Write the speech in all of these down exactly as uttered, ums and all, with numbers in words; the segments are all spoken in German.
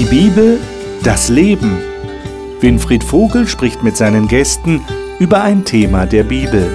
Bibel, das Leben. Winfried Vogel spricht mit seinen Gästen über ein Thema der Bibel.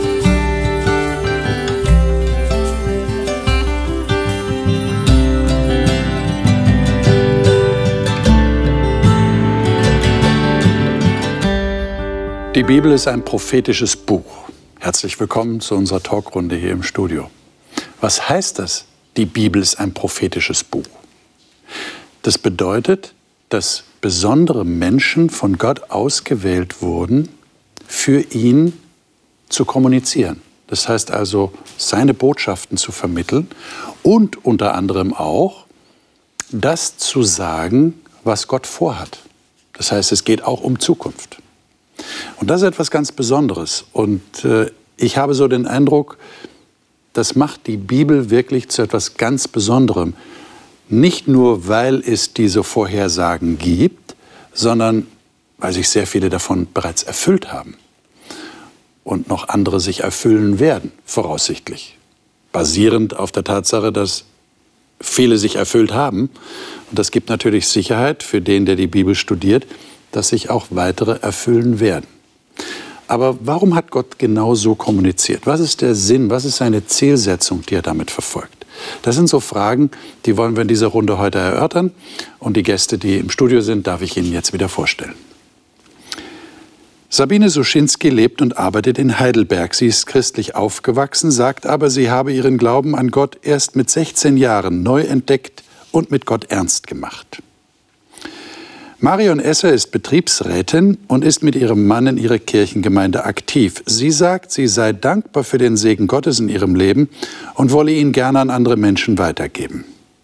Die Bibel ist ein prophetisches Buch. Herzlich willkommen zu unserer Talkrunde hier im Studio. Was heißt das? Die Bibel ist ein prophetisches Buch. Das bedeutet, dass besondere Menschen von Gott ausgewählt wurden, für ihn zu kommunizieren. Das heißt also, seine Botschaften zu vermitteln und unter anderem auch das zu sagen, was Gott vorhat. Das heißt, es geht auch um Zukunft. Und das ist etwas ganz Besonderes. Und äh, ich habe so den Eindruck, das macht die Bibel wirklich zu etwas ganz Besonderem. Nicht nur, weil es diese Vorhersagen gibt, sondern weil sich sehr viele davon bereits erfüllt haben. Und noch andere sich erfüllen werden, voraussichtlich. Basierend auf der Tatsache, dass viele sich erfüllt haben. Und das gibt natürlich Sicherheit für den, der die Bibel studiert, dass sich auch weitere erfüllen werden. Aber warum hat Gott genau so kommuniziert? Was ist der Sinn, was ist seine Zielsetzung, die er damit verfolgt? Das sind so Fragen, die wollen wir in dieser Runde heute erörtern. Und die Gäste, die im Studio sind, darf ich Ihnen jetzt wieder vorstellen. Sabine Suschinski lebt und arbeitet in Heidelberg. Sie ist christlich aufgewachsen, sagt aber, sie habe ihren Glauben an Gott erst mit sechzehn Jahren neu entdeckt und mit Gott ernst gemacht. Marion Esser ist Betriebsrätin und ist mit ihrem Mann in ihrer Kirchengemeinde aktiv. Sie sagt, sie sei dankbar für den Segen Gottes in ihrem Leben und wolle ihn gerne an andere Menschen weitergeben.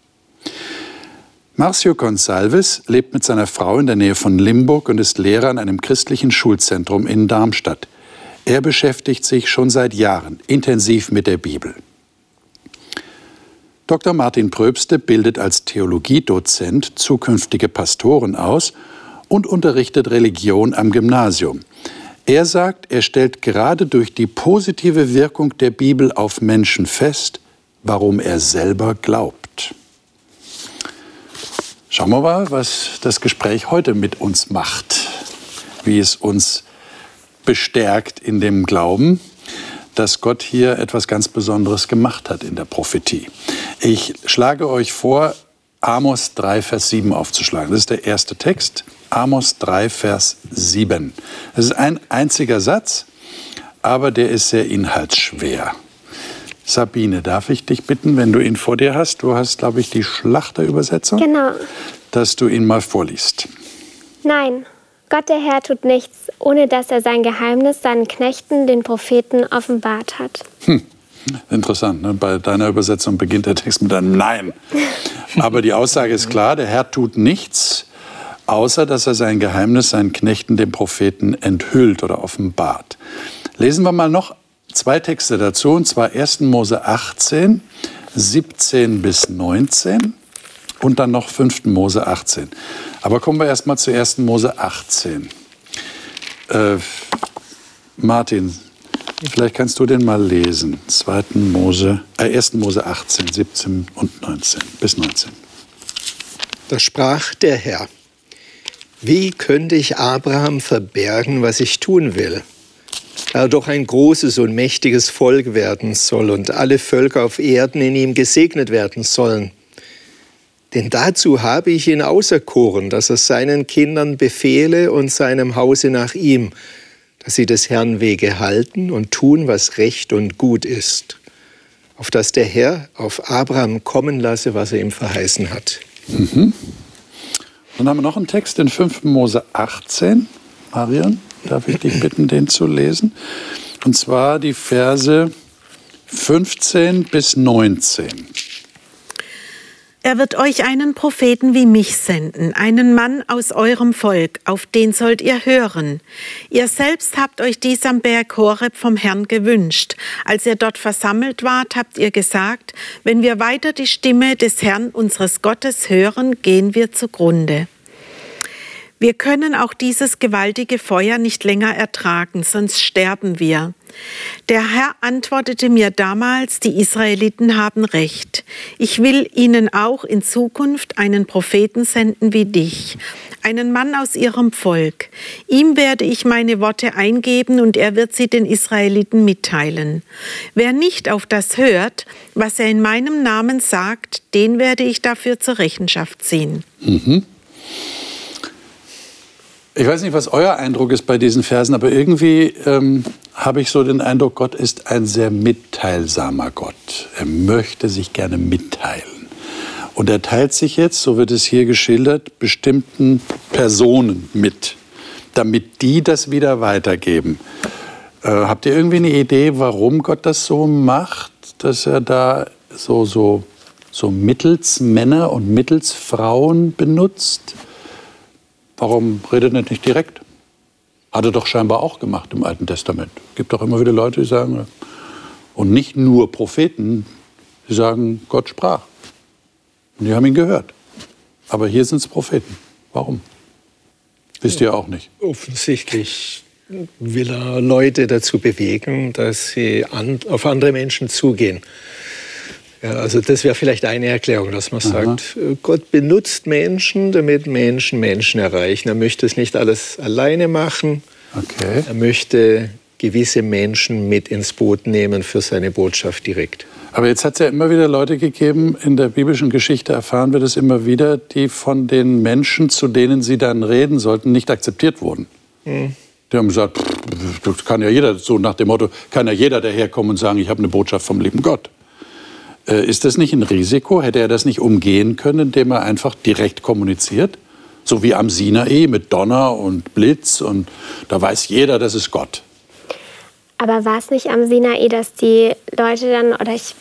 Marcio Gonçalves lebt mit seiner Frau in der Nähe von Limburg und ist Lehrer an einem christlichen Schulzentrum in Darmstadt. Er beschäftigt sich schon seit Jahren intensiv mit der Bibel. Doktor Martin Pröbste bildet als Theologiedozent zukünftige Pastoren aus und unterrichtet Religion am Gymnasium. Er sagt, er stellt gerade durch die positive Wirkung der Bibel auf Menschen fest, warum er selber glaubt. Schauen wir mal, was das Gespräch heute mit uns macht, wie es uns bestärkt in dem Glauben, dass Gott hier etwas ganz Besonderes gemacht hat in der Prophetie. Ich schlage euch vor, Amos drei, Vers sieben aufzuschlagen. Das ist der erste Text, Amos drei, Vers sieben. Das ist ein einziger Satz, aber der ist sehr inhaltsschwer. Sabine, darf ich dich bitten, wenn du ihn vor dir hast, du hast, glaube ich, die Schlachterübersetzung, genau, dass du ihn mal vorliest. Nein. Gott, der Herr, tut nichts, ohne dass er sein Geheimnis seinen Knechten, den Propheten, offenbart hat. Hm. Interessant, ne? Bei deiner Übersetzung beginnt der Text mit einem Nein. Aber die Aussage ist klar, der Herr tut nichts, außer dass er sein Geheimnis seinen Knechten, den Propheten, enthüllt oder offenbart. Lesen wir mal noch zwei Texte dazu, und zwar ersten Mose achtzehn, siebzehn bis neunzehn. Und dann noch fünften Mose achtzehn. Aber kommen wir erst mal zu ersten Mose achtzehn. Äh, Martin, vielleicht kannst du den mal lesen. zweiten Mose, äh, ersten Mose achtzehn, siebzehn und neunzehn, bis neunzehn. Da sprach der Herr: Wie könnte ich Abraham verbergen, was ich tun will? Da er doch ein großes und mächtiges Volk werden soll und alle Völker auf Erden in ihm gesegnet werden sollen. Denn dazu habe ich ihn auserkoren, dass er seinen Kindern befehle und seinem Hause nach ihm, dass sie des Herrn Wege halten und tun, was recht und gut ist, auf dass der Herr auf Abraham kommen lasse, was er ihm verheißen hat. Mhm. Dann haben wir noch einen Text in fünften Mose achtzehn. Marion, darf ich dich bitten, den zu lesen? Und zwar die Verse fünfzehn bis neunzehn. Er wird euch einen Propheten wie mich senden, einen Mann aus eurem Volk, auf den sollt ihr hören. Ihr selbst habt euch dies am Berg Horeb vom Herrn gewünscht. Als ihr dort versammelt wart, habt ihr gesagt, wenn wir weiter die Stimme des Herrn, unseres Gottes, hören, gehen wir zugrunde. Wir können auch dieses gewaltige Feuer nicht länger ertragen, sonst sterben wir. Der Herr antwortete mir damals, die Israeliten haben recht. Ich will ihnen auch in Zukunft einen Propheten senden wie dich, einen Mann aus ihrem Volk. Ihm werde ich meine Worte eingeben und er wird sie den Israeliten mitteilen. Wer nicht auf das hört, was er in meinem Namen sagt, den werde ich dafür zur Rechenschaft ziehen. Mhm. Ich weiß nicht, was euer Eindruck ist bei diesen Versen, aber irgendwie ähm, habe ich so den Eindruck, Gott ist ein sehr mitteilsamer Gott. Er möchte sich gerne mitteilen. Und er teilt sich jetzt, so wird es hier geschildert, bestimmten Personen mit, damit die das wieder weitergeben. Äh, habt ihr irgendwie eine Idee, warum Gott das so macht, dass er da so, so, so Mittelsmänner und Mittelsfrauen benutzt? Warum redet er nicht direkt? Hat er doch scheinbar auch gemacht im Alten Testament. Es gibt doch immer wieder Leute, die sagen, und nicht nur Propheten, die sagen, Gott sprach. Und die haben ihn gehört. Aber hier sind es Propheten. Warum? Wisst ihr auch nicht. Offensichtlich will er Leute dazu bewegen, dass sie an, auf andere Menschen zugehen. Ja, also das wäre vielleicht eine Erklärung, dass man Aha. sagt, Gott benutzt Menschen, damit Menschen Menschen erreichen. Er möchte es nicht alles alleine machen. Okay. Er möchte gewisse Menschen mit ins Boot nehmen für seine Botschaft direkt. Aber jetzt hat es ja immer wieder Leute gegeben, in der biblischen Geschichte erfahren wir das immer wieder, die von den Menschen, zu denen sie dann reden sollten, nicht akzeptiert wurden. Hm. Die haben gesagt, pff, das kann ja jeder, so nach dem Motto, kann ja jeder daherkommen und sagen, ich habe eine Botschaft vom lieben Gott. Äh, ist das nicht ein Risiko? Hätte er das nicht umgehen können, indem er einfach direkt kommuniziert? So wie am Sinai mit Donner und Blitz und da weiß jeder, das ist Gott. Aber war es nicht am Sinai, dass die Leute dann, oder ich,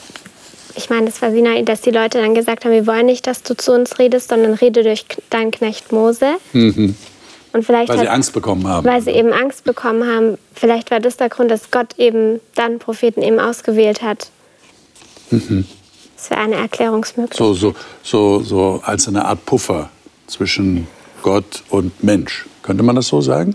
ich meine, das war Sinai, dass die Leute dann gesagt haben, wir wollen nicht, dass du zu uns redest, sondern rede durch deinen Knecht Mose. Mhm. Und vielleicht weil hat, sie Angst bekommen haben. Weil sie eben Angst bekommen haben. Vielleicht war das der Grund, dass Gott eben dann Propheten eben ausgewählt hat. Mhm. Das wäre eine Erklärungsmöglichkeit. So, so, so, so als eine Art Puffer zwischen Gott und Mensch. Könnte man das so sagen?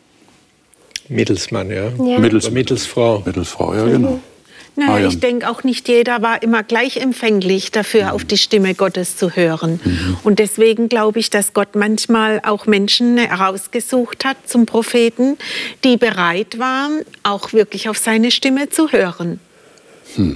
Mittelsmann, ja. ja. Mittels, Mittelsfrau. Mittelsfrau, ja, genau. Mhm. Naja, ich denke auch nicht jeder war immer gleich empfänglich dafür, mhm. auf die Stimme Gottes zu hören. Mhm. Und deswegen glaube ich, dass Gott manchmal auch Menschen herausgesucht hat zum Propheten, die bereit waren, auch wirklich auf seine Stimme zu hören. Hm.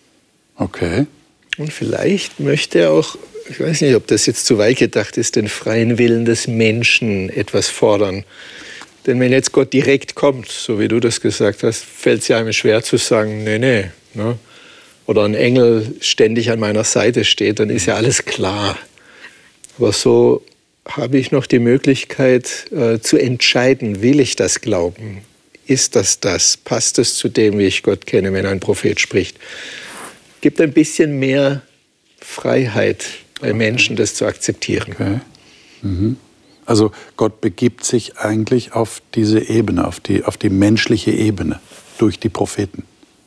Okay. Und vielleicht möchte er auch, ich weiß nicht, ob das jetzt zu weit gedacht ist, den freien Willen des Menschen etwas fordern. Denn wenn jetzt Gott direkt kommt, so wie du das gesagt hast, fällt es ja einem schwer zu sagen, nee, nee. Ne? Oder ein Engel ständig an meiner Seite steht, dann ist ja alles klar. Aber so habe ich noch die Möglichkeit äh, zu entscheiden, will ich das glauben? Ist das das? Passt es zu dem, wie ich Gott kenne, wenn ein Prophet spricht? Gibt ein bisschen mehr Freiheit bei Menschen, das zu akzeptieren. Okay. Mhm. Also Gott begibt sich eigentlich auf diese Ebene, auf die, auf die menschliche Ebene durch die Propheten.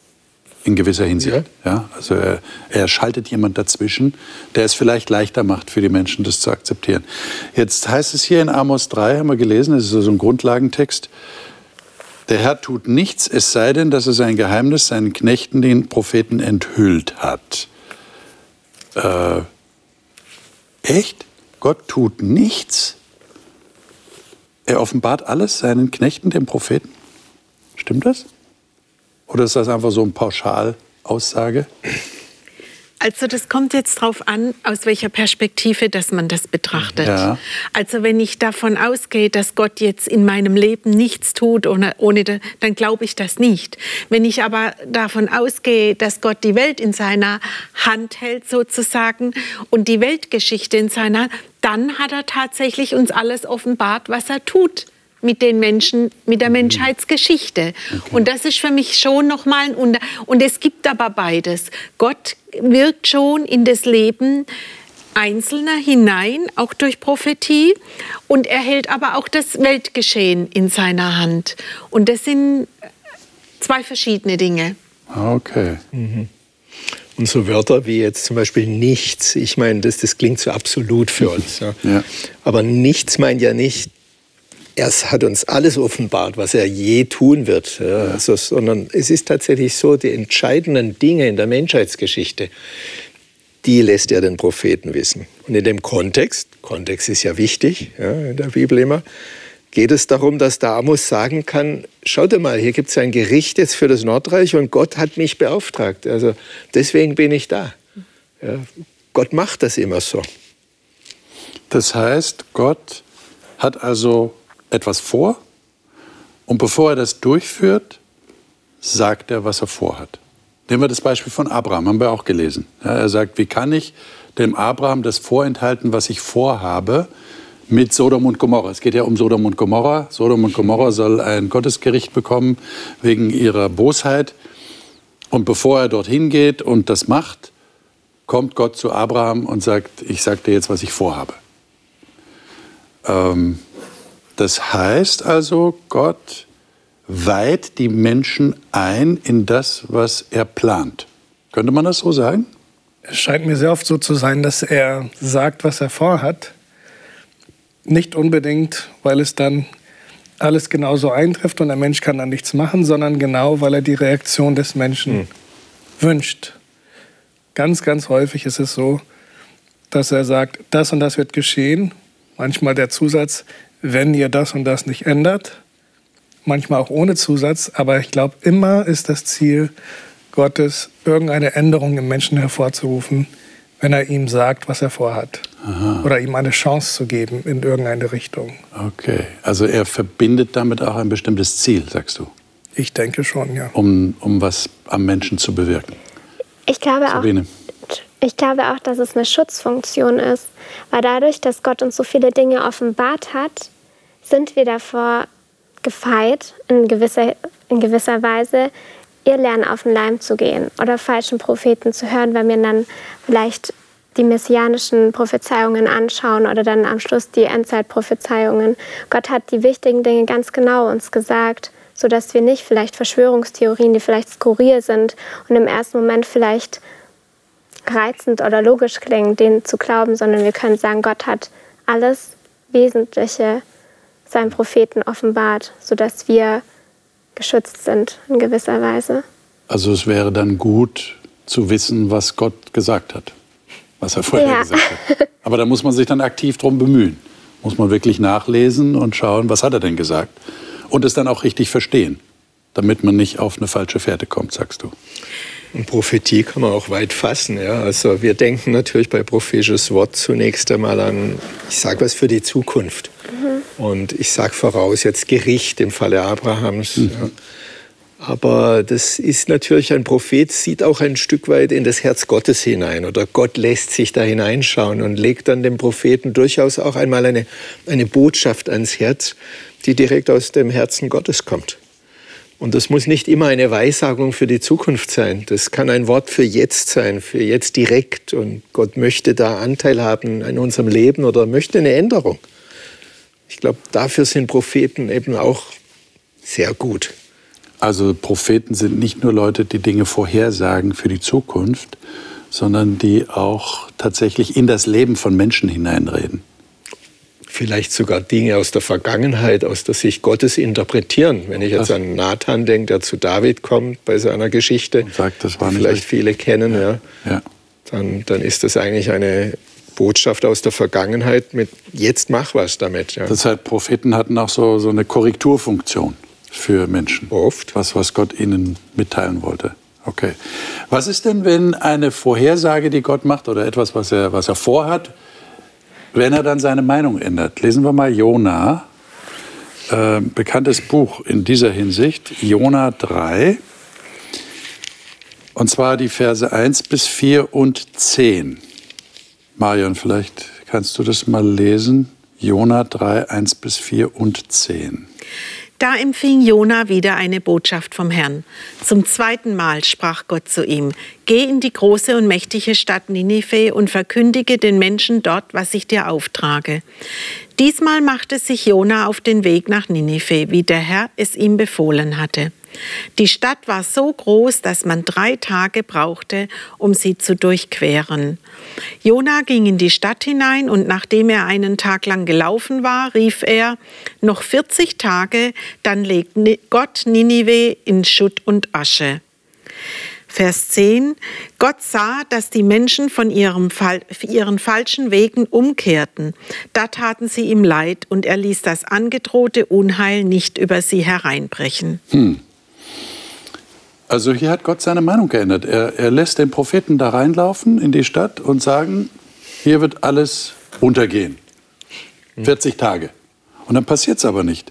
In gewisser Hinsicht. Ja. Ja, also er, er schaltet jemand dazwischen, der es vielleicht leichter macht für die Menschen, das zu akzeptieren. Jetzt heißt es hier in Amos drei, haben wir gelesen, das ist so ein Grundlagentext, der Herr tut nichts, es sei denn, dass er sein Geheimnis seinen Knechten, den Propheten, enthüllt hat. Äh, echt? Gott tut nichts? Er offenbart alles seinen Knechten, den Propheten? Stimmt das? Oder ist das einfach so eine Pauschalaussage? Also das kommt jetzt darauf an, aus welcher Perspektive dass man das betrachtet. Ja. Also wenn ich davon ausgehe, dass Gott jetzt in meinem Leben nichts tut, ohne, ohne, dann glaube ich das nicht. Wenn ich aber davon ausgehe, dass Gott die Welt in seiner Hand hält sozusagen und die Weltgeschichte in seiner Hand, dann hat er tatsächlich uns alles offenbart, was er tut mit den Menschen, mit der Menschheitsgeschichte. Okay. Und das ist für mich schon nochmal ein Unter... Und es gibt aber beides. Gott wirkt schon in das Leben Einzelner hinein, auch durch Prophetie. Und er hält aber auch das Weltgeschehen in seiner Hand. Und das sind zwei verschiedene Dinge. Okay. Mhm. Und so Wörter wie jetzt zum Beispiel nichts, ich meine, das, das klingt so absolut für uns. Ja. Ja. Aber nichts meint ja nicht, er hat uns alles offenbart, was er je tun wird. Ja. Also, sondern es ist tatsächlich so, die entscheidenden Dinge in der Menschheitsgeschichte, die lässt er den Propheten wissen. Und in dem Kontext, Kontext ist ja wichtig, ja, in der Bibel immer, geht es darum, dass der Amos sagen kann, schaut mal, hier gibt es ein Gericht jetzt für das Nordreich und Gott hat mich beauftragt. Also deswegen bin ich da. Ja, Gott macht das immer so. Das heißt, Gott hat also etwas vor und bevor er das durchführt, sagt er, was er vorhat. Nehmen wir das Beispiel von Abraham, haben wir auch gelesen. Ja, er sagt, wie kann ich dem Abraham das vorenthalten, was ich vorhabe mit Sodom und Gomorra? Es geht ja um Sodom und Gomorra. Sodom und Gomorra soll ein Gottesgericht bekommen wegen ihrer Bosheit. Und bevor er dorthin geht und das macht, kommt Gott zu Abraham und sagt, ich sage dir jetzt, was ich vorhabe. Ähm, das heißt also, Gott weiht die Menschen ein in das, was er plant. Könnte man das so sagen? Es scheint mir sehr oft so zu sein, dass er sagt, was er vorhat. Nicht unbedingt, weil es dann alles genauso eintrifft und der Mensch kann dann nichts machen, sondern genau, weil er die Reaktion des Menschen hm. wünscht. Ganz, ganz häufig ist es so, dass er sagt, das und das wird geschehen. Manchmal der Zusatz, wenn ihr das und das nicht ändert. Manchmal auch ohne Zusatz. Aber ich glaube, immer ist das Ziel Gottes, irgendeine Änderung im Menschen hervorzurufen, wenn er ihm sagt, was er vorhat. Aha. Oder ihm eine Chance zu geben in irgendeine Richtung. Okay, also er verbindet damit auch ein bestimmtes Ziel, sagst du? Ich denke schon, ja. Um, um was am Menschen zu bewirken. Ich glaube, auch, ich glaube auch, dass es eine Schutzfunktion ist. Weil dadurch, dass Gott uns so viele Dinge offenbart hat, sind wir davor gefeit, in gewisser, in gewisser Weise ihr Lernen auf den Leim zu gehen oder falschen Propheten zu hören, weil wir dann vielleicht die messianischen Prophezeiungen anschauen oder dann am Schluss die Endzeitprophezeiungen. Gott hat die wichtigen Dinge ganz genau uns gesagt, sodass wir nicht vielleicht Verschwörungstheorien, die vielleicht skurril sind und im ersten Moment vielleicht reizend oder logisch klingen, denen zu glauben, sondern wir können sagen, Gott hat alles Wesentliche seinen Propheten offenbart, sodass wir geschützt sind in gewisser Weise. Also es wäre dann gut zu wissen, was Gott gesagt hat, was er vorher ja. gesagt hat. Aber da muss man sich dann aktiv drum bemühen. Muss man wirklich nachlesen und schauen, was hat er denn gesagt? Und es dann auch richtig verstehen, damit man nicht auf eine falsche Fährte kommt, sagst du. Und Prophetie kann man auch weit fassen. Ja? Also wir denken natürlich bei prophetisches Wort zunächst einmal an, ich sage was für die Zukunft. Mhm. Und ich sage voraus jetzt Gericht im Falle Abrahams. Mhm. Ja. Aber das ist natürlich, ein Prophet sieht auch ein Stück weit in das Herz Gottes hinein. Oder Gott lässt sich da hineinschauen und legt dann dem Propheten durchaus auch einmal eine, eine Botschaft ans Herz, die direkt aus dem Herzen Gottes kommt. Und das muss nicht immer eine Weissagung für die Zukunft sein. Das kann ein Wort für jetzt sein, für jetzt direkt. Und Gott möchte da Anteil haben an unserem Leben oder möchte eine Änderung. Ich glaube, dafür sind Propheten eben auch sehr gut. Also Propheten sind nicht nur Leute, die Dinge vorhersagen für die Zukunft, sondern die auch tatsächlich in das Leben von Menschen hineinreden. Vielleicht sogar Dinge aus der Vergangenheit, aus der Sicht Gottes interpretieren. Wenn ich jetzt an Nathan denke, der zu David kommt bei seiner Geschichte, und sagt, das war die vielleicht viele kennen, ja, ja. Dann, dann ist das eigentlich eine Botschaft aus der Vergangenheit mit jetzt mach was damit. Ja. Das heißt, Propheten hatten auch so, so eine Korrekturfunktion für Menschen. Oft. Was, was Gott ihnen mitteilen wollte. Okay. Was ist denn, wenn eine Vorhersage, die Gott macht, oder etwas, was er, was er vorhat, wenn er dann seine Meinung ändert? Lesen wir mal Jona, äh, bekanntes Buch in dieser Hinsicht, Jona drei, und zwar die Verse eins bis vier und zehn. Marion, vielleicht kannst du das mal lesen. Jona drei, eins bis vier und zehn. Da empfing Jona wieder eine Botschaft vom Herrn. Zum zweiten Mal sprach Gott zu ihm: Geh in die große und mächtige Stadt Ninive und verkündige den Menschen dort, was ich dir auftrage. Diesmal machte sich Jona auf den Weg nach Ninive, wie der Herr es ihm befohlen hatte. Die Stadt war so groß, dass man drei Tage brauchte, um sie zu durchqueren. Jona ging in die Stadt hinein und nachdem er einen Tag lang gelaufen war, rief er, noch vierzig Tage, dann legt Gott Ninive in Schutt und Asche. Vers zehn. Gott sah, dass die Menschen von ihrem Fall, ihren falschen Wegen umkehrten. Da taten sie ihm leid und er ließ das angedrohte Unheil nicht über sie hereinbrechen. Hm. Also hier hat Gott seine Meinung geändert. Er, er lässt den Propheten da reinlaufen in die Stadt und sagen, hier wird alles untergehen. vierzig Tage. Und dann passiert es aber nicht.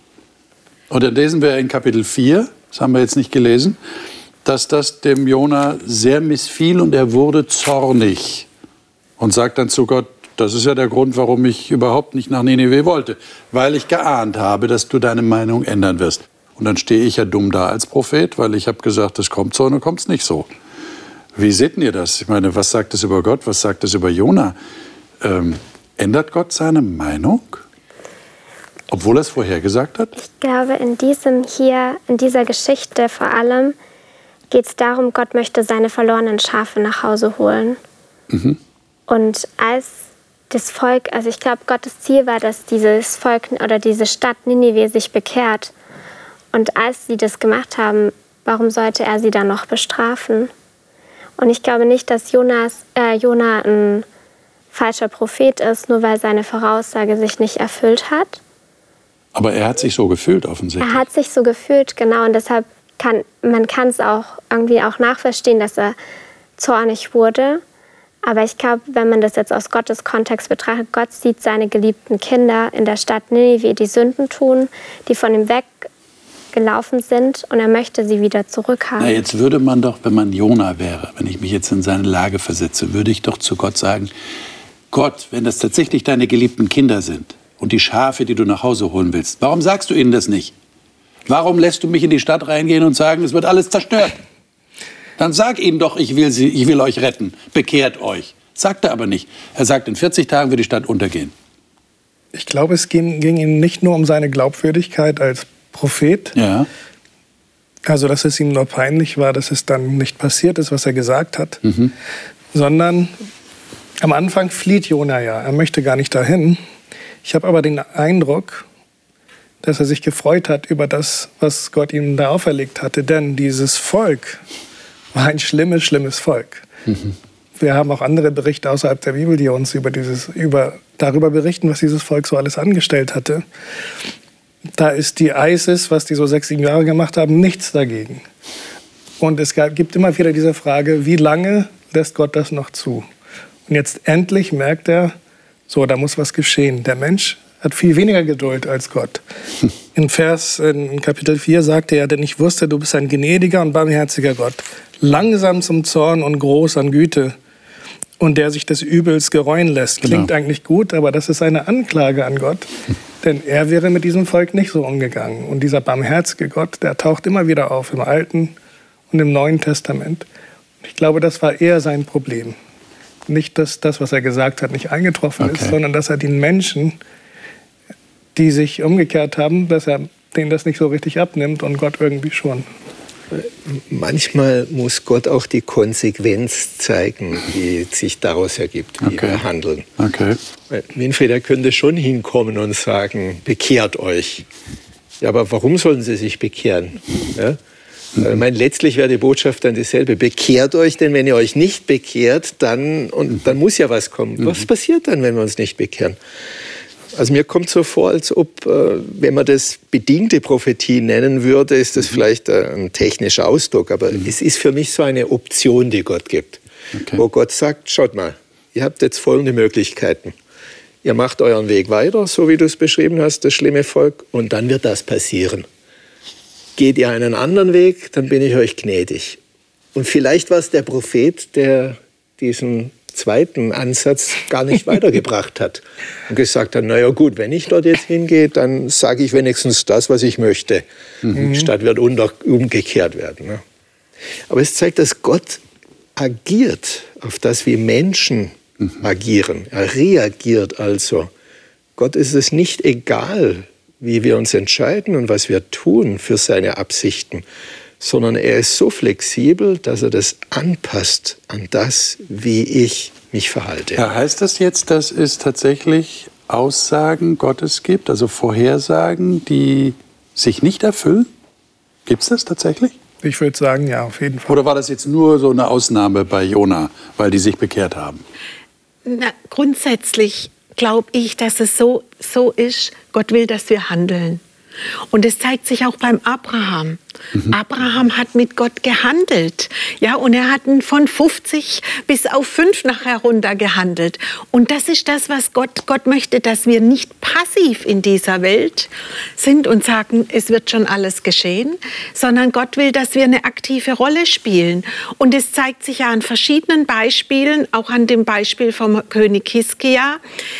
Und dann lesen wir in Kapitel vier, das haben wir jetzt nicht gelesen, dass das dem Jona sehr missfiel und er wurde zornig und sagt dann zu Gott, das ist ja der Grund, warum ich überhaupt nicht nach Ninive wollte, weil ich geahnt habe, dass du deine Meinung ändern wirst. Und dann stehe ich ja dumm da als Prophet, weil ich habe gesagt, es kommt so und dann kommt es nicht so. Wie seht ihr das? Ich meine, was sagt es über Gott, was sagt es über Jona? Ähm, ändert Gott seine Meinung? Obwohl er es vorhergesagt hat? Ich glaube, in diesem hier, in dieser Geschichte vor allem, geht es darum, Gott möchte seine verlorenen Schafe nach Hause holen. Mhm. Und als das Volk, also ich glaube, Gottes Ziel war, dass dieses Volk oder diese Stadt Ninive sich bekehrt. Und als sie das gemacht haben, warum sollte er sie dann noch bestrafen? Und ich glaube nicht, dass Jonas, äh, Jona ein falscher Prophet ist, nur weil seine Voraussage sich nicht erfüllt hat. Aber er hat sich so gefühlt offensichtlich. Er hat sich so gefühlt, genau. Und deshalb kann man kann es auch irgendwie auch nachverstehen, dass er zornig wurde. Aber ich glaube, wenn man das jetzt aus Gottes Kontext betrachtet, Gott sieht seine geliebten Kinder in der Stadt Ninive, die Sünden tun, die von ihm weggelaufen sind und er möchte sie wieder zurückhaben. Na, jetzt würde man doch, wenn man Jona wäre, wenn ich mich jetzt in seine Lage versetze, würde ich doch zu Gott sagen, Gott, wenn das tatsächlich deine geliebten Kinder sind und die Schafe, die du nach Hause holen willst, warum sagst du ihnen das nicht? Warum lässt du mich in die Stadt reingehen und sagen, es wird alles zerstört? Dann sag ihnen doch, ich will, sie, ich will euch retten, bekehrt euch. Sagt er aber nicht. Er sagt, in vierzig Tagen wird die Stadt untergehen. Ich glaube, es ging, ging ihm nicht nur um seine Glaubwürdigkeit als Prophet. Ja. Also, dass es ihm nur peinlich war, dass es dann nicht passiert ist, was er gesagt hat. Mhm. Sondern am Anfang flieht Jona ja. Er möchte gar nicht dahin. Ich habe aber den Eindruck, dass er sich gefreut hat über das, was Gott ihm da auferlegt hatte. Denn dieses Volk war ein schlimmes, schlimmes Volk. Mhm. Wir haben auch andere Berichte außerhalb der Bibel, die uns über dieses, über, darüber berichten, was dieses Volk so alles angestellt hatte. Da ist die ISIS, was die so sechs, sieben Jahre gemacht haben, nichts dagegen. Und es gibt immer wieder diese Frage, wie lange lässt Gott das noch zu? Und jetzt endlich merkt er, so, da muss was geschehen. Der Mensch hat viel weniger Geduld als Gott. In Vers, in Kapitel vier sagte er, denn ich wusste, du bist ein gnädiger und barmherziger Gott, langsam zum Zorn und groß an Güte und der sich des Übels gereuen lässt. Klingt genau. Eigentlich gut, aber das ist eine Anklage an Gott, denn er wäre mit diesem Volk nicht so umgegangen. Und dieser barmherzige Gott, der taucht immer wieder auf im Alten und im Neuen Testament. Ich glaube, das war eher sein Problem. Nicht, dass das, was er gesagt hat, nicht eingetroffen okay. ist, sondern dass er den Menschen, die sich umgekehrt haben, dass er denen das nicht so richtig abnimmt und Gott irgendwie schon. Manchmal muss Gott auch die Konsequenz zeigen, die sich daraus ergibt, wie okay. wir handeln. Okay. Winfried, er könnte schon hinkommen und sagen, bekehrt euch. Ja, aber warum sollen sie sich bekehren? Ja? Mhm. Ich meine, letztlich wäre die Botschaft dann dieselbe. Bekehrt euch, denn wenn ihr euch nicht bekehrt, dann, und mhm. dann muss ja was kommen. Mhm. Was passiert dann, wenn wir uns nicht bekehren? Also mir kommt so vor, als ob, äh, wenn man das bedingte Prophetie nennen würde, ist das vielleicht äh, ein technischer Ausdruck, aber mhm. es ist für mich so eine Option, die Gott gibt. Okay. Wo Gott sagt, schaut mal, ihr habt jetzt folgende Möglichkeiten. Ihr macht euren Weg weiter, so wie du es beschrieben hast, das schlimme Volk, und dann wird das passieren. Geht ihr einen anderen Weg, dann bin ich euch gnädig. Und vielleicht war es der Prophet, der diesen zweiten Ansatz gar nicht weitergebracht hat und gesagt hat, naja gut, wenn ich dort jetzt hingehe, dann sage ich wenigstens das, was ich möchte. Mhm. Die Stadt wird unter, umgekehrt werden. Ne? Aber es zeigt, dass Gott agiert auf das, wie Menschen mhm. agieren. Er reagiert also. Gott ist es nicht egal, wie wir uns entscheiden und was wir tun für seine Absichten, sondern er ist so flexibel, dass er das anpasst an das, wie ich mich verhalte. Ja, heißt das jetzt, dass es tatsächlich Aussagen Gottes gibt, also Vorhersagen, die sich nicht erfüllen? Gibt es das tatsächlich? Ich würde sagen, ja, auf jeden Fall. Oder war das jetzt nur so eine Ausnahme bei Jona, weil die sich bekehrt haben? Na, grundsätzlich glaube ich, dass es so, so ist, Gott will, dass wir handeln. Und es zeigt sich auch beim Abraham. Mhm. Abraham hat mit Gott gehandelt. Ja, und er hat von fünfzig bis auf fünf nachher runter gehandelt. Und das ist das, was Gott, Gott möchte, dass wir nicht passiv in dieser Welt sind und sagen, es wird schon alles geschehen, sondern Gott will, dass wir eine aktive Rolle spielen. Und es zeigt sich ja an verschiedenen Beispielen, auch an dem Beispiel vom König Hiskia,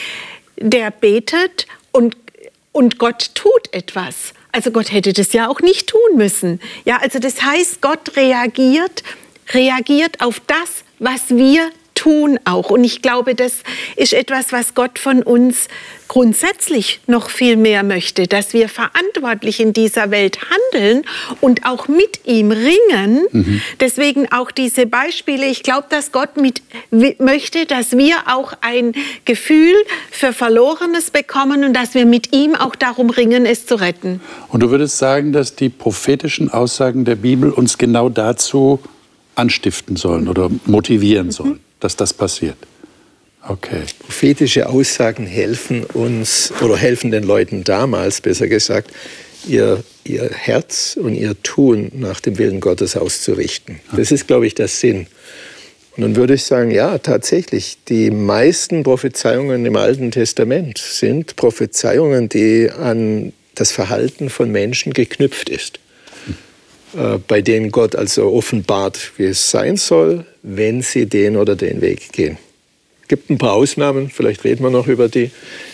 der betet und Und Gott tut etwas. Also Gott hätte das ja auch nicht tun müssen. Ja, also das heißt, Gott reagiert, reagiert auf das, was wir tun auch. Und ich glaube, das ist etwas, was Gott von uns grundsätzlich noch viel mehr möchte, dass wir verantwortlich in dieser Welt handeln und auch mit ihm ringen. Mhm. Deswegen auch diese Beispiele. Ich glaube, dass Gott mit, möchte, dass wir auch ein Gefühl für Verlorenes bekommen und dass wir mit ihm auch darum ringen, es zu retten. Und du würdest sagen, dass die prophetischen Aussagen der Bibel uns genau dazu anstiften sollen oder motivieren sollen, mhm. dass das passiert? Okay. Prophetische Aussagen helfen uns oder helfen den Leuten damals, besser gesagt, ihr, ihr Herz und ihr Tun nach dem Willen Gottes auszurichten. Das ist, glaube ich, der Sinn. Und dann würde ich sagen, ja, tatsächlich, die meisten Prophezeiungen im Alten Testament sind Prophezeiungen, die an das Verhalten von Menschen geknüpft ist. Hm. Äh, bei denen Gott also offenbart, wie es sein soll, wenn sie den oder den Weg gehen. Es gibt ein paar Ausnahmen, vielleicht reden wir noch über die,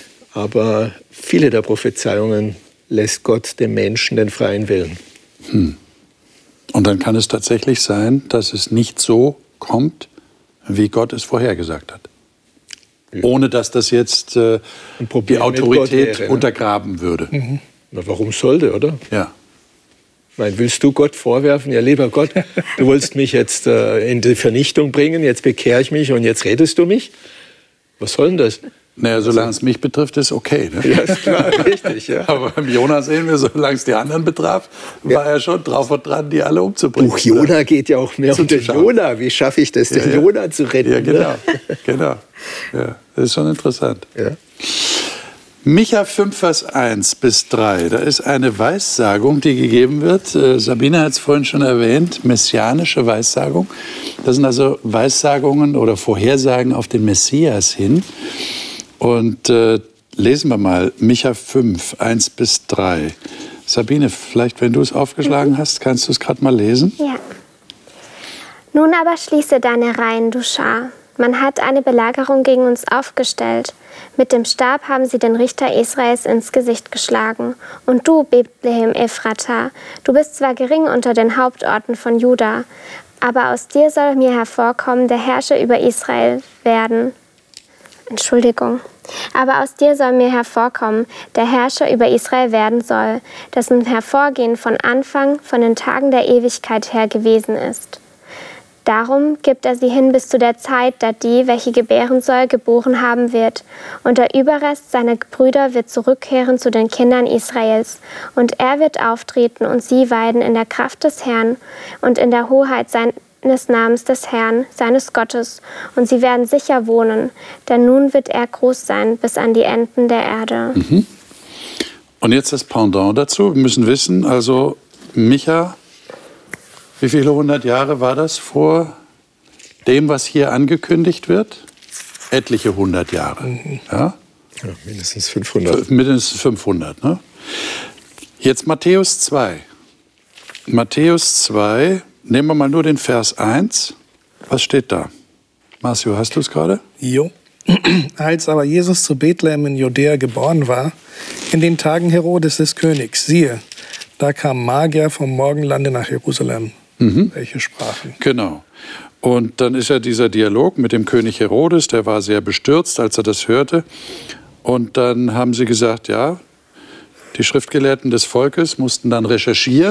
aber viele der Prophezeiungen lässt Gott dem Menschen den freien Willen. Hm. Und dann kann es tatsächlich sein, dass es nicht so kommt, wie Gott es vorhergesagt hat. Ja. Ohne dass das jetzt äh, die Autorität wäre, untergraben ja. würde. Mhm. Na, warum sollte, oder? Ja. Meine, willst du Gott vorwerfen, ja lieber Gott, du wolltest mich jetzt äh, in die Vernichtung bringen, jetzt bekehre ich mich und jetzt redest du mich? Was soll denn das? Naja, solange es mich betrifft, ist okay. Ne? Ja, ist klar, richtig. Ja. Aber beim Jona sehen wir, solange es die anderen betraf, war ja. er schon drauf und dran, die alle umzubringen. Buch Jona geht ja auch mehr um den Jona. Wie schaffe ich das, den ja, ja. Jona zu retten? Ja, genau. genau. Ja, das ist schon interessant. Ja. Micha fünf, Vers eins bis drei, da ist eine Weissagung, die gegeben wird. Äh, Sabine hat es vorhin schon erwähnt, messianische Weissagung. Das sind also Weissagungen oder Vorhersagen auf den Messias hin. Und äh, lesen wir mal Micha fünf, eins bis drei. Sabine, vielleicht, wenn du es aufgeschlagen hast, kannst du es gerade mal lesen? Ja. Nun aber schließe deine Reihen, du Schar. Man hat eine Belagerung gegen uns aufgestellt. Mit dem Stab haben sie den Richter Israels ins Gesicht geschlagen. Und du, Bethlehem Ephrata, du bist zwar gering unter den Hauptorten von Juda, aber aus dir soll mir hervorkommen, der Herrscher über Israel werden. Entschuldigung. Aber aus dir soll mir hervorkommen, der Herrscher über Israel werden soll, dessen Hervorgehen von Anfang, von den Tagen der Ewigkeit her gewesen ist. Darum gibt er sie hin bis zu der Zeit, da die, welche gebären soll, geboren haben wird. Und der Überrest seiner Brüder wird zurückkehren zu den Kindern Israels. Und er wird auftreten und sie weiden in der Kraft des Herrn und in der Hoheit seines Namens des Herrn, seines Gottes. Und sie werden sicher wohnen, denn nun wird er groß sein bis an die Enden der Erde. Mhm. Und jetzt das Pendant dazu. Wir müssen wissen, also Micha, wie viele hundert Jahre war das vor dem, was hier angekündigt wird? Etliche hundert Jahre. Mhm. Ja? Ja, mindestens fünfhundert. Mindestens fünfhundert. Ne? Jetzt Matthäus zwei. Matthäus zwei, nehmen wir mal nur den Vers eins. Was steht da? Marcio, hast du es gerade? Jo. Als aber Jesus zu Bethlehem in Judäa geboren war, in den Tagen Herodes des Königs, siehe, da kamen Magier vom Morgenlande nach Jerusalem. Mhm. Welche sprachen? Genau. Und dann ist ja dieser Dialog mit dem König Herodes, der war sehr bestürzt, als er das hörte. Und dann haben sie gesagt, ja, die Schriftgelehrten des Volkes mussten dann recherchieren,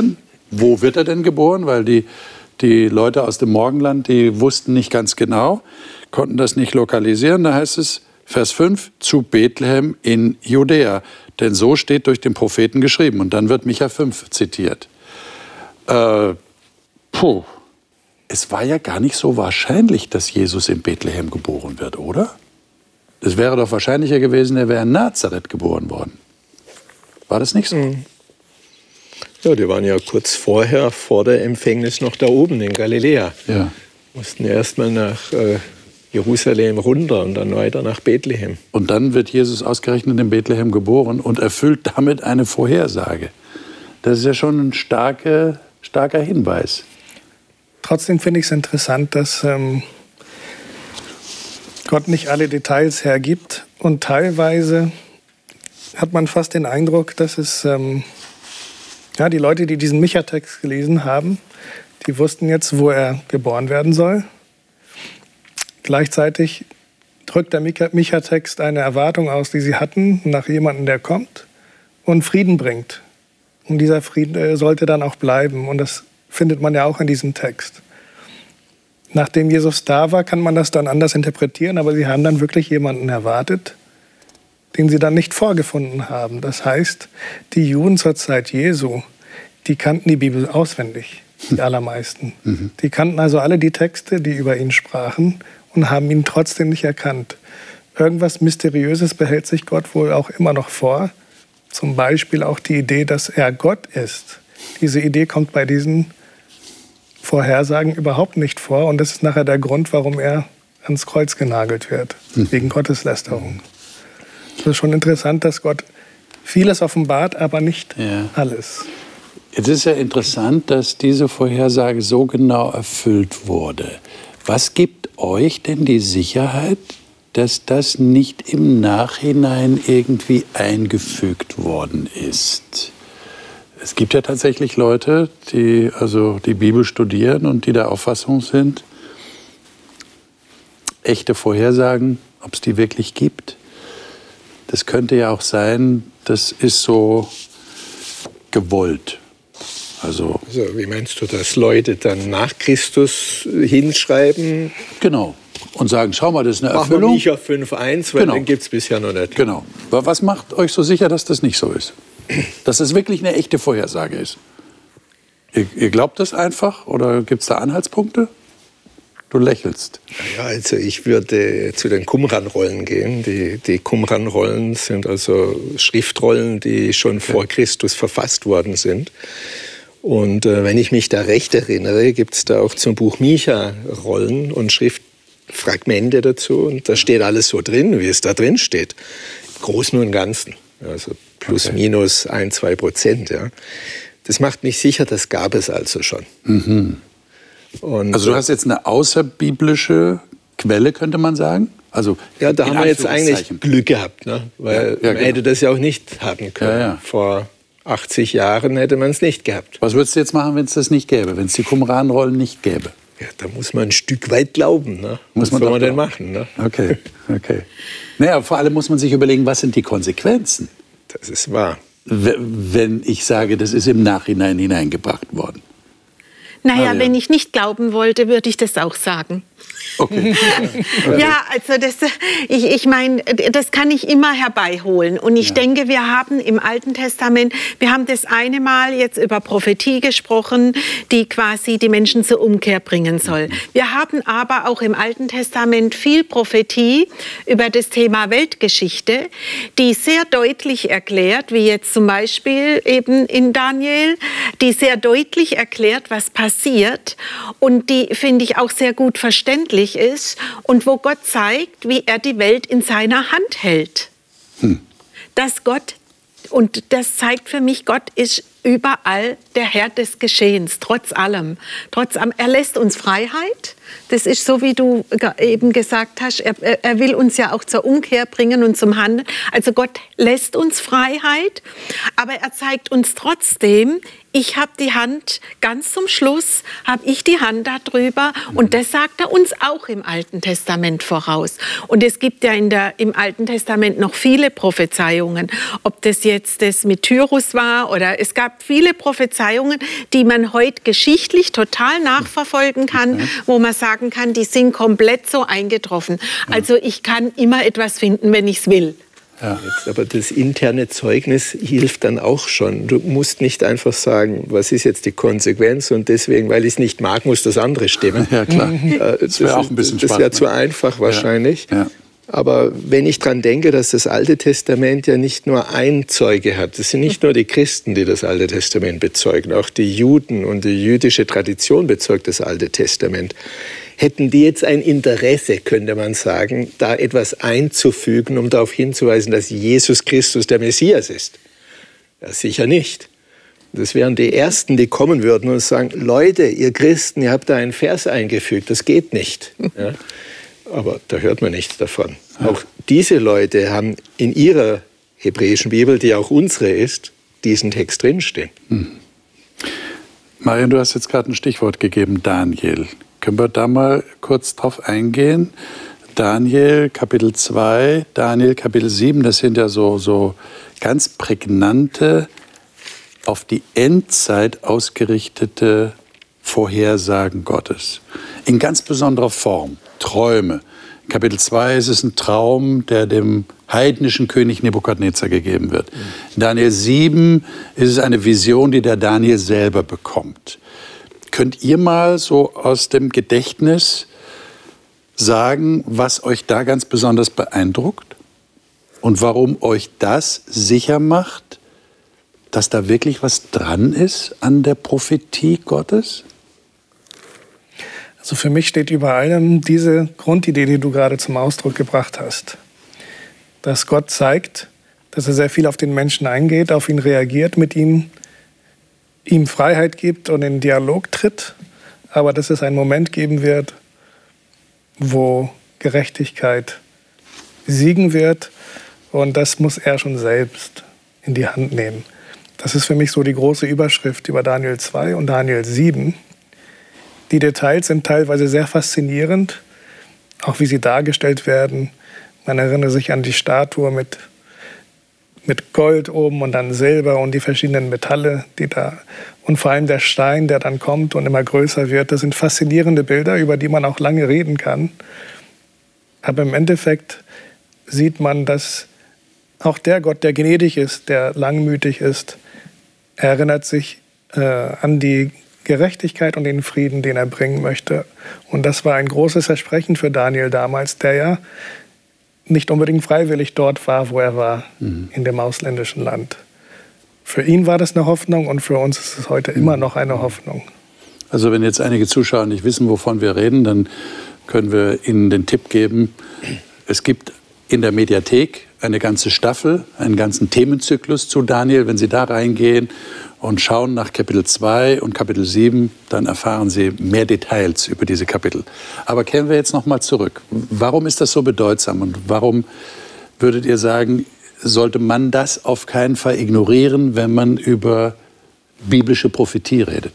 Wo wird er denn geboren? Weil die, die Leute aus dem Morgenland, die wussten nicht ganz genau, konnten das nicht lokalisieren. Da heißt es, Vers fünf, zu Bethlehem in Judäa. Denn so steht durch den Propheten geschrieben. Und dann wird Micha fünf zitiert. Äh, puh. Es war ja gar nicht so wahrscheinlich, dass Jesus in Bethlehem geboren wird, oder? Es wäre doch wahrscheinlicher gewesen, er wäre in Nazareth geboren worden. War das nicht so? Mhm. Ja, die waren ja kurz vorher, vor der Empfängnis, noch da oben in Galiläa. Ja. Mussten erst mal nach äh, Jerusalem runter und dann weiter nach Bethlehem. Und dann wird Jesus ausgerechnet in Bethlehem geboren und erfüllt damit eine Vorhersage. Das ist ja schon ein starke, starker Hinweis. Trotzdem finde ich es interessant, dass ähm, Gott nicht alle Details hergibt. Und teilweise hat man fast den Eindruck, dass es ähm, ja, die Leute, die diesen Micha-Text gelesen haben, die wussten jetzt, wo er geboren werden soll. Gleichzeitig drückt der Micha-Text eine Erwartung aus, die sie hatten, nach jemandem, der kommt und Frieden bringt. Und dieser Frieden sollte dann auch bleiben. Und das findet man ja auch in diesem Text. Nachdem Jesus da war, kann man das dann anders interpretieren, aber sie haben dann wirklich jemanden erwartet, den sie dann nicht vorgefunden haben. Das heißt, die Juden zur Zeit Jesu, die kannten die Bibel auswendig, die allermeisten. Mhm. Die kannten also alle die Texte, die über ihn sprachen und haben ihn trotzdem nicht erkannt. Irgendwas Mysteriöses behält sich Gott wohl auch immer noch vor. Zum Beispiel auch die Idee, dass er Gott ist. Diese Idee kommt bei diesen Vorhersagen überhaupt nicht vor. Und das ist nachher der Grund, warum er ans Kreuz genagelt wird, hm. wegen Gotteslästerung. Es ist schon interessant, dass Gott vieles offenbart, aber nicht ja. alles. Jetzt ist ja interessant, dass diese Vorhersage so genau erfüllt wurde. Was gibt euch denn die Sicherheit, dass das nicht im Nachhinein irgendwie eingefügt worden ist? Es gibt ja tatsächlich Leute, die also die Bibel studieren und die der Auffassung sind, echte Vorhersagen, ob es die wirklich gibt. Das könnte ja auch sein, das ist so gewollt. Also, also wie meinst du, dass Leute dann nach Christus hinschreiben? Genau. Und sagen, schau mal, das ist eine Machen Erfüllung. Micha fünf eins, weil genau. den gibt es bisher noch nicht. Genau. Aber was macht euch so sicher, dass das nicht so ist? Dass es wirklich eine echte Vorhersage ist? Ihr, ihr glaubt das einfach oder gibt es da Anhaltspunkte? Du lächelst. Ja, also ich würde zu den Qumran-Rollen gehen. Die, die Qumran-Rollen sind also Schriftrollen, die schon okay. vor Christus verfasst worden sind. Und äh, wenn ich mich da recht erinnere, gibt es da auch zum Buch Micha Rollen und Schriftfragmente dazu. Und da steht alles so drin, wie es da drin steht. Im Großen und Ganzen. Also plus, okay. minus ein, zwei Prozent. Ja. Das macht mich sicher, das gab es also schon. Mhm. Und also du hast jetzt eine außerbiblische Quelle, könnte man sagen? Also ja, da haben wir jetzt eigentlich Glück gehabt, ne? Weil ja, ja, man genau. hätte das ja auch nicht haben können. Ja, ja. Vor achtzig Jahren hätte man es nicht gehabt. Was würdest du jetzt machen, wenn es das nicht gäbe, wenn es die Qumran-Rollen nicht gäbe? Ja, da muss man ein Stück weit glauben. Ne? Muss was man soll man denn machen? Ne? Okay, okay. Naja, vor allem muss man sich überlegen, was sind die Konsequenzen? Das ist wahr. Wenn ich sage, das ist im Nachhinein hineingebracht worden. Naja, ah, ja. wenn ich nicht glauben wollte, würde ich das auch sagen. Okay. Ja, also das, ich, ich meine, das kann ich immer herbeiholen. Und ich ja. denke, wir haben im Alten Testament, wir haben das eine Mal jetzt über Prophetie gesprochen, die quasi die Menschen zur Umkehr bringen soll. Wir haben aber auch im Alten Testament viel Prophetie über das Thema Weltgeschichte, die sehr deutlich erklärt, wie jetzt zum Beispiel eben in Daniel, die sehr deutlich erklärt, was passiert und die, finde ich, auch sehr gut verständlich ist und wo Gott zeigt, wie er die Welt in seiner Hand hält. Hm. Dass Gott, und das zeigt für mich, Gott ist überall der Herr des Geschehens, trotz allem. Trotz allem. Er lässt uns Freiheit. Das ist so, wie du eben gesagt hast, er, er will uns ja auch zur Umkehr bringen und zum Handeln. Also Gott lässt uns Freiheit, aber er zeigt uns trotzdem, ich habe die Hand, ganz zum Schluss habe ich die Hand darüber. Und das sagt er uns auch im Alten Testament voraus. Und es gibt ja in der, im Alten Testament noch viele Prophezeiungen. Ob das jetzt das mit Tyrus war oder es gab gab viele Prophezeiungen, die man heute geschichtlich total nachverfolgen kann, mhm. wo man sagen kann, die sind komplett so eingetroffen. Also ich kann immer etwas finden, wenn ich es will. Ja. Jetzt, aber das interne Zeugnis hilft dann auch schon. Du musst nicht einfach sagen, was ist jetzt die Konsequenz und deswegen, weil ich es nicht mag, muss das andere stimmen. Ja, klar. Das wäre auch ein bisschen Das wäre zu einfach wahrscheinlich. Ja. Ja. Aber wenn ich daran denke, dass das Alte Testament ja nicht nur ein Zeuge hat, es sind nicht nur die Christen, die das Alte Testament bezeugen, auch die Juden und die jüdische Tradition bezeugt das Alte Testament. Hätten die jetzt ein Interesse, könnte man sagen, da etwas einzufügen, um darauf hinzuweisen, dass Jesus Christus der Messias ist? Ja, sicher nicht. Das wären die Ersten, die kommen würden und sagen, Leute, ihr Christen, ihr habt da einen Vers eingefügt, das geht nicht. Ja? Aber da hört man nichts davon. Ja. Auch diese Leute haben in ihrer hebräischen Bibel, die auch unsere ist, diesen Text drinstehen. Hm. Marian, du hast jetzt gerade ein Stichwort gegeben, Daniel. Können wir da mal kurz drauf eingehen? Daniel Kapitel zwei, Daniel Kapitel sieben, das sind ja so, so ganz prägnante, auf die Endzeit ausgerichtete Vorhersagen Gottes. In ganz besonderer Form. Träume. In Kapitel zwei ist es ein Traum, der dem heidnischen König Nebukadnezar gegeben wird. In Daniel sieben ist es eine Vision, die der Daniel selber bekommt. Könnt ihr mal so aus dem Gedächtnis sagen, was euch da ganz besonders beeindruckt? Und warum euch das sicher macht, dass da wirklich was dran ist an der Prophetie Gottes? Also für mich steht über allem diese Grundidee, die du gerade zum Ausdruck gebracht hast. Dass Gott zeigt, dass er sehr viel auf den Menschen eingeht, auf ihn reagiert, mit ihm, ihm Freiheit gibt und in Dialog tritt. Aber dass es einen Moment geben wird, wo Gerechtigkeit siegen wird. Und das muss er schon selbst in die Hand nehmen. Das ist für mich so die große Überschrift über Daniel zwei und Daniel sieben. Die Details sind teilweise sehr faszinierend, auch wie sie dargestellt werden. Man erinnert sich an die Statue mit, mit Gold oben und dann Silber und die verschiedenen Metalle, die da, und vor allem der Stein, der dann kommt und immer größer wird. Das sind faszinierende Bilder, über die man auch lange reden kann. Aber im Endeffekt sieht man, dass auch der Gott, der gnädig ist, der langmütig ist, erinnert sich äh, an die Gerechtigkeit und den Frieden, den er bringen möchte. Und das war ein großes Versprechen für Daniel damals, der ja nicht unbedingt freiwillig dort war, wo er war, mhm. in dem ausländischen Land. Für ihn war das eine Hoffnung und für uns ist es heute mhm. immer noch eine Hoffnung. Also wenn jetzt einige Zuschauer nicht wissen, wovon wir reden, dann können wir Ihnen den Tipp geben, es gibt in der Mediathek eine ganze Staffel, einen ganzen Themenzyklus zu Daniel. Wenn Sie da reingehen und schauen nach Kapitel zwei und Kapitel sieben, dann erfahren Sie mehr Details über diese Kapitel. Aber kehren wir jetzt noch mal zurück. Warum ist das so bedeutsam und warum würdet ihr sagen, sollte man das auf keinen Fall ignorieren, wenn man über biblische Prophetie redet?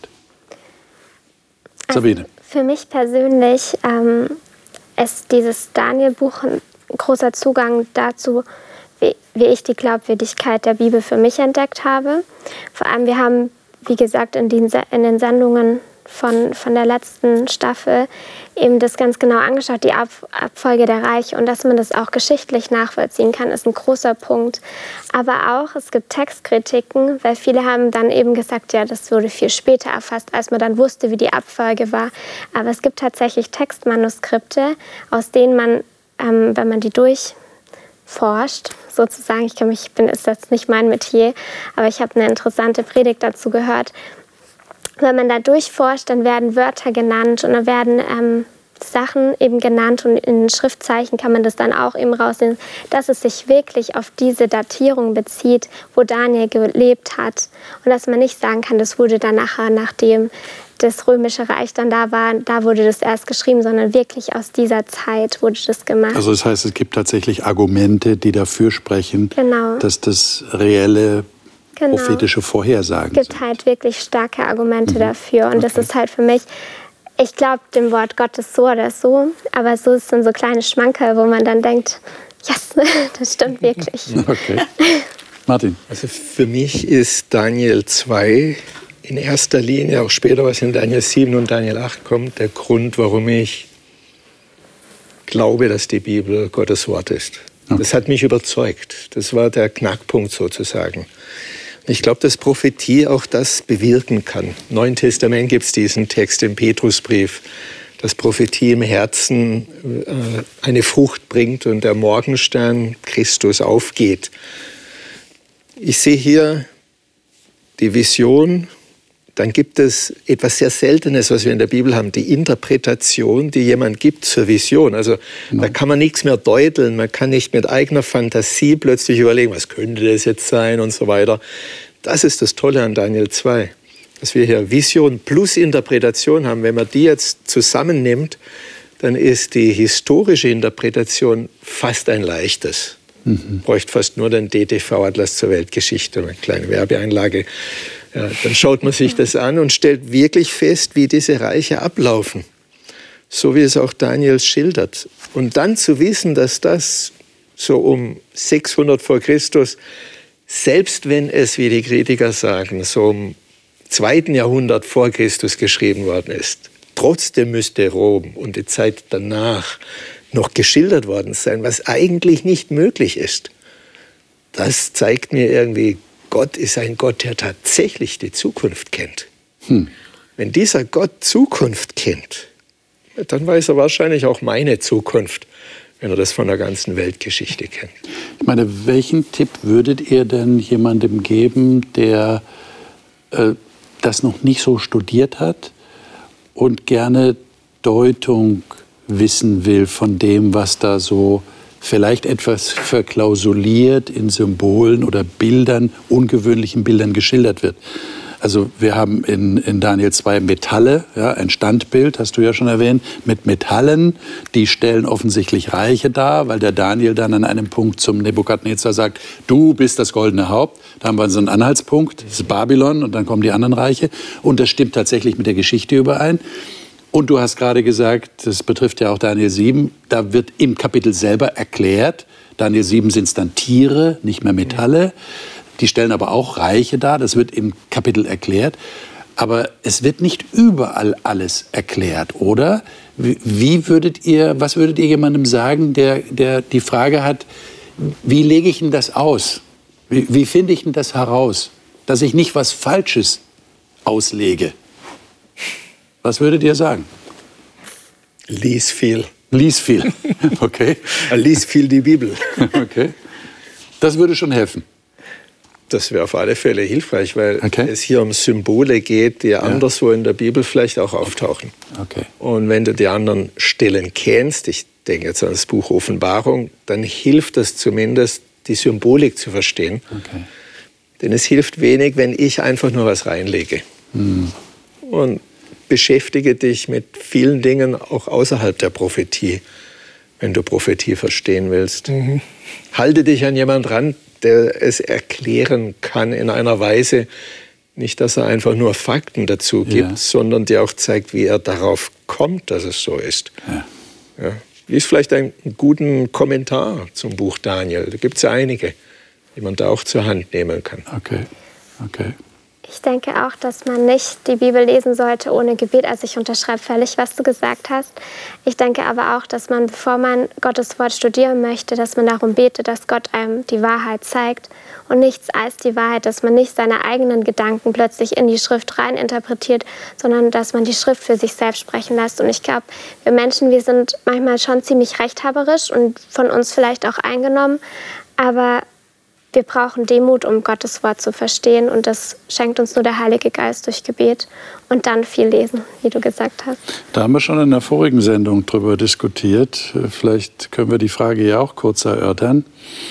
Sabine. Also für mich persönlich ähm, ist dieses Daniel-Buch ein großer Zugang dazu, wie, wie ich die Glaubwürdigkeit der Bibel für mich entdeckt habe. Vor allem, wir haben, wie gesagt, in den, in den Sendungen von, von der letzten Staffel eben das ganz genau angeschaut, die Ab, Abfolge der Reiche. Und dass man das auch geschichtlich nachvollziehen kann, ist ein großer Punkt. Aber auch, es gibt Textkritiken, weil viele haben dann eben gesagt, ja, das wurde viel später erfasst, als man dann wusste, wie die Abfolge war. Aber es gibt tatsächlich Textmanuskripte, aus denen man, ähm, wenn man die durchforscht, sozusagen, ich, kann mich, ich bin, ist jetzt nicht mein Metier, aber ich habe eine interessante Predigt dazu gehört. Wenn man da durchforscht, dann werden Wörter genannt und dann werden ähm, Sachen eben genannt und in Schriftzeichen kann man das dann auch eben raussehen, dass es sich wirklich auf diese Datierung bezieht, wo Daniel gelebt hat und dass man nicht sagen kann, das wurde dann nachher, nachdem das Römische Reich dann da war, da wurde das erst geschrieben, sondern wirklich aus dieser Zeit wurde das gemacht. Also das heißt, es gibt tatsächlich Argumente, die dafür sprechen, genau, dass das reelle Genau. prophetische Vorhersagen. Es gibt halt wirklich starke Argumente mhm. dafür. Und okay. das ist halt für mich, ich glaube dem Wort Gottes so oder so, aber so ist dann so kleine Schmankerl, wo man dann denkt, yes, das stimmt wirklich. Okay. Martin. Also für mich ist Daniel zwei in erster Linie, auch später, was in Daniel sieben und Daniel acht kommt, der Grund, warum ich glaube, dass die Bibel Gottes Wort ist. Okay. Das hat mich überzeugt. Das war der Knackpunkt sozusagen. Ich glaube, dass Prophetie auch das bewirken kann. Im Neuen Testament gibt es diesen Text im Petrusbrief, dass Prophetie im Herzen äh, eine Frucht bringt und der Morgenstern Christus aufgeht. Ich sehe hier die Vision. Dann gibt es etwas sehr Seltenes, was wir in der Bibel haben, die Interpretation, die jemand gibt zur Vision. Also genau. Da kann man nichts mehr deuteln, man kann nicht mit eigener Fantasie plötzlich überlegen, was könnte das jetzt sein und so weiter. Das ist das Tolle an Daniel zwei, dass wir hier Vision plus Interpretation haben. Wenn man die jetzt zusammennimmt, dann ist die historische Interpretation fast ein leichtes. Mhm. Bräuchte fast nur den D T V-Atlas zur Weltgeschichte, eine kleine Werbeeinlage. Ja, dann schaut man sich das an und stellt wirklich fest, wie diese Reiche ablaufen. So wie es auch Daniel schildert. Und dann zu wissen, dass das so um sechshundert vor Christus, selbst wenn es, wie die Kritiker sagen, so im zweiten Jahrhundert vor Christus geschrieben worden ist, trotzdem müsste Rom und die Zeit danach noch geschildert worden sein, was eigentlich nicht möglich ist. Das zeigt mir irgendwie, Gott ist ein Gott, der tatsächlich die Zukunft kennt. Hm. Wenn dieser Gott Zukunft kennt, dann weiß er wahrscheinlich auch meine Zukunft, wenn er das von der ganzen Weltgeschichte kennt. Ich meine, welchen Tipp würdet ihr denn jemandem geben, der äh, das noch nicht so studiert hat und gerne Deutung wissen will von dem, was da so vielleicht etwas verklausuliert in Symbolen oder Bildern, ungewöhnlichen Bildern geschildert wird? Also wir haben in, in Daniel zwei Metalle, ja, ein Standbild, hast du ja schon erwähnt, mit Metallen. Die stellen offensichtlich Reiche dar, weil der Daniel dann an einem Punkt zum Nebukadnezar sagt, du bist das goldene Haupt. Da haben wir so einen Anhaltspunkt, das ist Babylon und dann kommen die anderen Reiche. Und das stimmt tatsächlich mit der Geschichte überein. Und du hast gerade gesagt, das betrifft ja auch Daniel sieben, da wird im Kapitel selber erklärt, Daniel sieben sind es dann Tiere, nicht mehr Metalle. Die stellen aber auch Reiche dar, das wird im Kapitel erklärt. Aber es wird nicht überall alles erklärt, oder? Wie würdet ihr, was würdet ihr jemandem sagen, der, der die Frage hat, wie lege ich denn das aus? Wie, wie finde ich denn das heraus, dass ich nicht was Falsches auslege? Was würdet ihr sagen? Lies viel. Lies viel, okay. Lies viel die Bibel. Okay. Das würde schon helfen. Das wäre auf alle Fälle hilfreich, weil okay. es hier um Symbole geht, die ja. anderswo in der Bibel vielleicht auch auftauchen. Okay. Und wenn du die anderen Stellen kennst, ich denke jetzt an das Buch Offenbarung, dann hilft es zumindest, die Symbolik zu verstehen. Okay. Denn es hilft wenig, wenn ich einfach nur was reinlege. Hm. Und beschäftige dich mit vielen Dingen auch außerhalb der Prophetie, wenn du Prophetie verstehen willst. Mhm. Halte dich an jemanden ran, der es erklären kann in einer Weise, nicht, dass er einfach nur Fakten dazu gibt, ja. sondern dir auch zeigt, wie er darauf kommt, dass es so ist. Ja. Ja. Lies vielleicht einen guten Kommentar zum Buch Daniel. Da gibt es ja einige, die man da auch zur Hand nehmen kann. Okay, okay. Ich denke auch, dass man nicht die Bibel lesen sollte ohne Gebet. Also ich unterschreibe völlig, was du gesagt hast. Ich denke aber auch, dass man, bevor man Gottes Wort studieren möchte, dass man darum betet, dass Gott einem die Wahrheit zeigt und nichts als die Wahrheit, dass man nicht seine eigenen Gedanken plötzlich in die Schrift rein interpretiert, sondern dass man die Schrift für sich selbst sprechen lässt. Und ich glaube, wir Menschen, wir sind manchmal schon ziemlich rechthaberisch und von uns vielleicht auch eingenommen, aber wir brauchen Demut, um Gottes Wort zu verstehen, und das schenkt uns nur der Heilige Geist durch Gebet und dann viel lesen, wie du gesagt hast. Da haben wir schon in der vorigen Sendung drüber diskutiert. Vielleicht können wir die Frage ja auch kurz erörtern.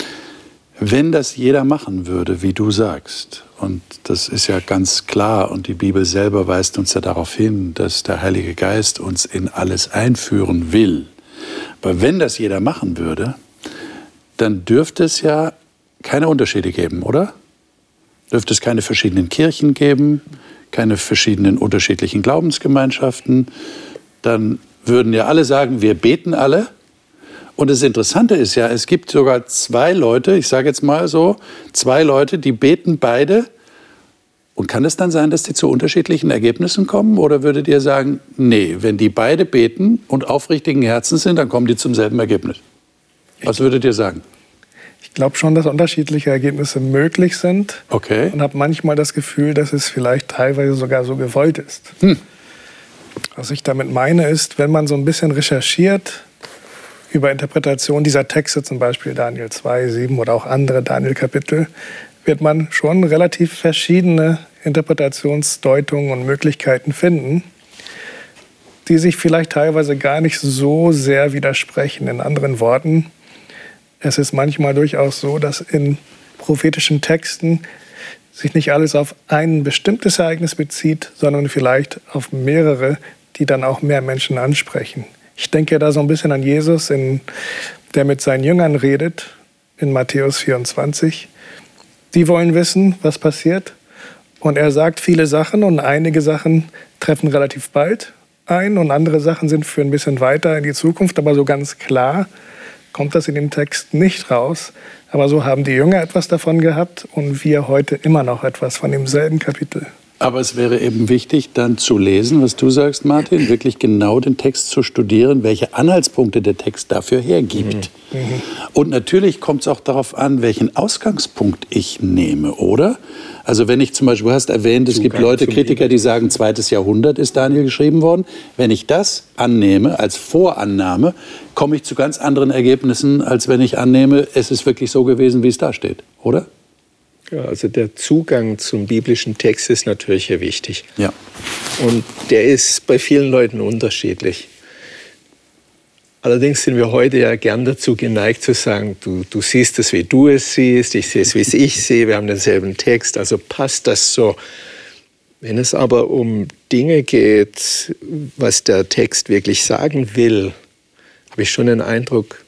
Wenn das jeder machen würde, wie du sagst, und das ist ja ganz klar und die Bibel selber weist uns ja darauf hin, dass der Heilige Geist uns in alles einführen will. Aber wenn das jeder machen würde, dann dürfte es ja keine Unterschiede geben, oder? Dürfte es keine verschiedenen Kirchen geben, keine verschiedenen unterschiedlichen Glaubensgemeinschaften. Dann würden ja alle sagen, wir beten alle. Und das Interessante ist ja, es gibt sogar zwei Leute, ich sage jetzt mal so, zwei Leute, die beten beide. Und kann es dann sein, dass die zu unterschiedlichen Ergebnissen kommen? Oder würdet ihr sagen, nee, wenn die beide beten und aufrichtigen Herzens sind, dann kommen die zum selben Ergebnis? Was würdet ihr sagen? Ich glaube schon, dass unterschiedliche Ergebnisse möglich sind. Okay. Und habe manchmal das Gefühl, dass es vielleicht teilweise sogar so gewollt ist. Hm. Was ich damit meine ist, wenn man so ein bisschen recherchiert über Interpretation dieser Texte, zum Beispiel Daniel zwei, sieben oder auch andere Daniel-Kapitel, wird man schon relativ verschiedene Interpretationsdeutungen und Möglichkeiten finden, die sich vielleicht teilweise gar nicht so sehr widersprechen. In anderen Worten, es ist manchmal durchaus so, dass in prophetischen Texten sich nicht alles auf ein bestimmtes Ereignis bezieht, sondern vielleicht auf mehrere, die dann auch mehr Menschen ansprechen. Ich denke da so ein bisschen an Jesus, in, der mit seinen Jüngern redet, in Matthäus vierundzwanzig. Die wollen wissen, was passiert. Und er sagt viele Sachen und einige Sachen treffen relativ bald ein und andere Sachen sind für ein bisschen weiter in die Zukunft. Aber so ganz klar kommt das in dem Text nicht raus. Aber so haben die Jünger etwas davon gehabt und wir heute immer noch etwas von demselben Kapitel. Aber es wäre eben wichtig, dann zu lesen, was du sagst, Martin, wirklich genau den Text zu studieren, welche Anhaltspunkte der Text dafür hergibt. Mhm. Mhm. Und natürlich kommt es auch darauf an, welchen Ausgangspunkt ich nehme, oder? Also wenn ich zum Beispiel, du hast erwähnt, es gibt Leute, Kritiker, die sagen, zweites Jahrhundert ist Daniel geschrieben worden. Wenn ich das annehme, als Vorannahme, komme ich zu ganz anderen Ergebnissen, als wenn ich annehme, es ist wirklich so gewesen, wie es da steht, oder? Ja, also der Zugang zum biblischen Text ist natürlich sehr wichtig. Ja. Und der ist bei vielen Leuten unterschiedlich. Allerdings sind wir heute ja gern dazu geneigt zu sagen, du, du siehst es, wie du es siehst, ich sehe es, wie es ich sehe, wir haben denselben Text, also passt das so. Wenn es aber um Dinge geht, was der Text wirklich sagen will, habe ich schon den Eindruck,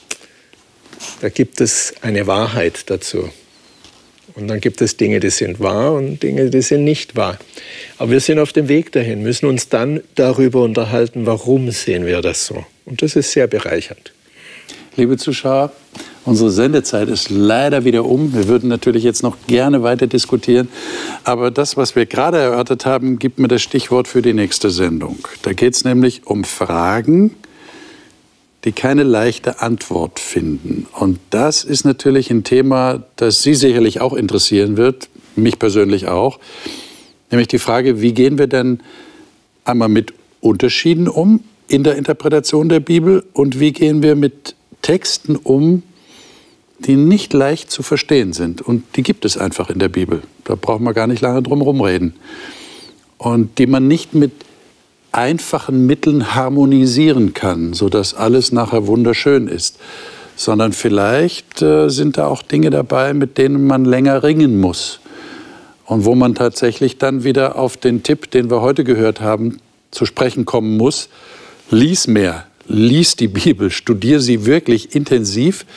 da gibt es eine Wahrheit dazu. Und dann gibt es Dinge, die sind wahr und Dinge, die sind nicht wahr. Aber wir sind auf dem Weg dahin, müssen uns dann darüber unterhalten, warum sehen wir das so. Und das ist sehr bereichernd. Liebe Zuschauer, unsere Sendezeit ist leider wieder um. Wir würden natürlich jetzt noch gerne weiter diskutieren. Aber das, was wir gerade erörtert haben, gibt mir das Stichwort für die nächste Sendung. Da geht es nämlich um Fragen, die keine leichte Antwort finden. Und das ist natürlich ein Thema, das Sie sicherlich auch interessieren wird, mich persönlich auch. Nämlich die Frage, wie gehen wir denn einmal mit Unterschieden um in der Interpretation der Bibel und wie gehen wir mit Texten um, die nicht leicht zu verstehen sind. Und die gibt es einfach in der Bibel. Da braucht man gar nicht lange drum rumreden. Und die man nicht mit einfachen Mitteln harmonisieren kann, sodass alles nachher wunderschön ist. Sondern vielleicht äh, sind da auch Dinge dabei, mit denen man länger ringen muss. Und wo man tatsächlich dann wieder auf den Tipp, den wir heute gehört haben, zu sprechen kommen muss. Lies mehr, lies die Bibel, studiere sie wirklich intensiv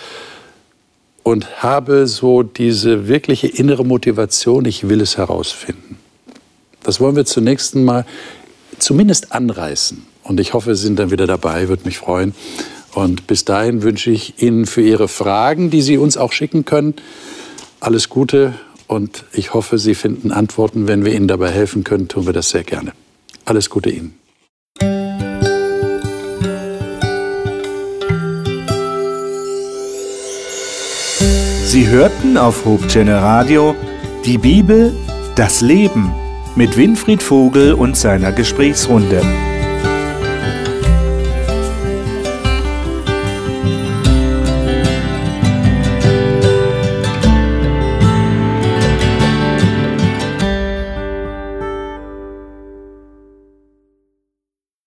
und habe so diese wirkliche innere Motivation, ich will es herausfinden. Das wollen wir zunächst mal zumindest anreißen. Und ich hoffe, Sie sind dann wieder dabei, würde mich freuen. Und bis dahin wünsche ich Ihnen für Ihre Fragen, die Sie uns auch schicken können, alles Gute. Und ich hoffe, Sie finden Antworten. Wenn wir Ihnen dabei helfen können, tun wir das sehr gerne. Alles Gute Ihnen. Sie hörten auf Hope Channel Radio die Bibel, das Leben mit Winfried Vogel und seiner Gesprächsrunde.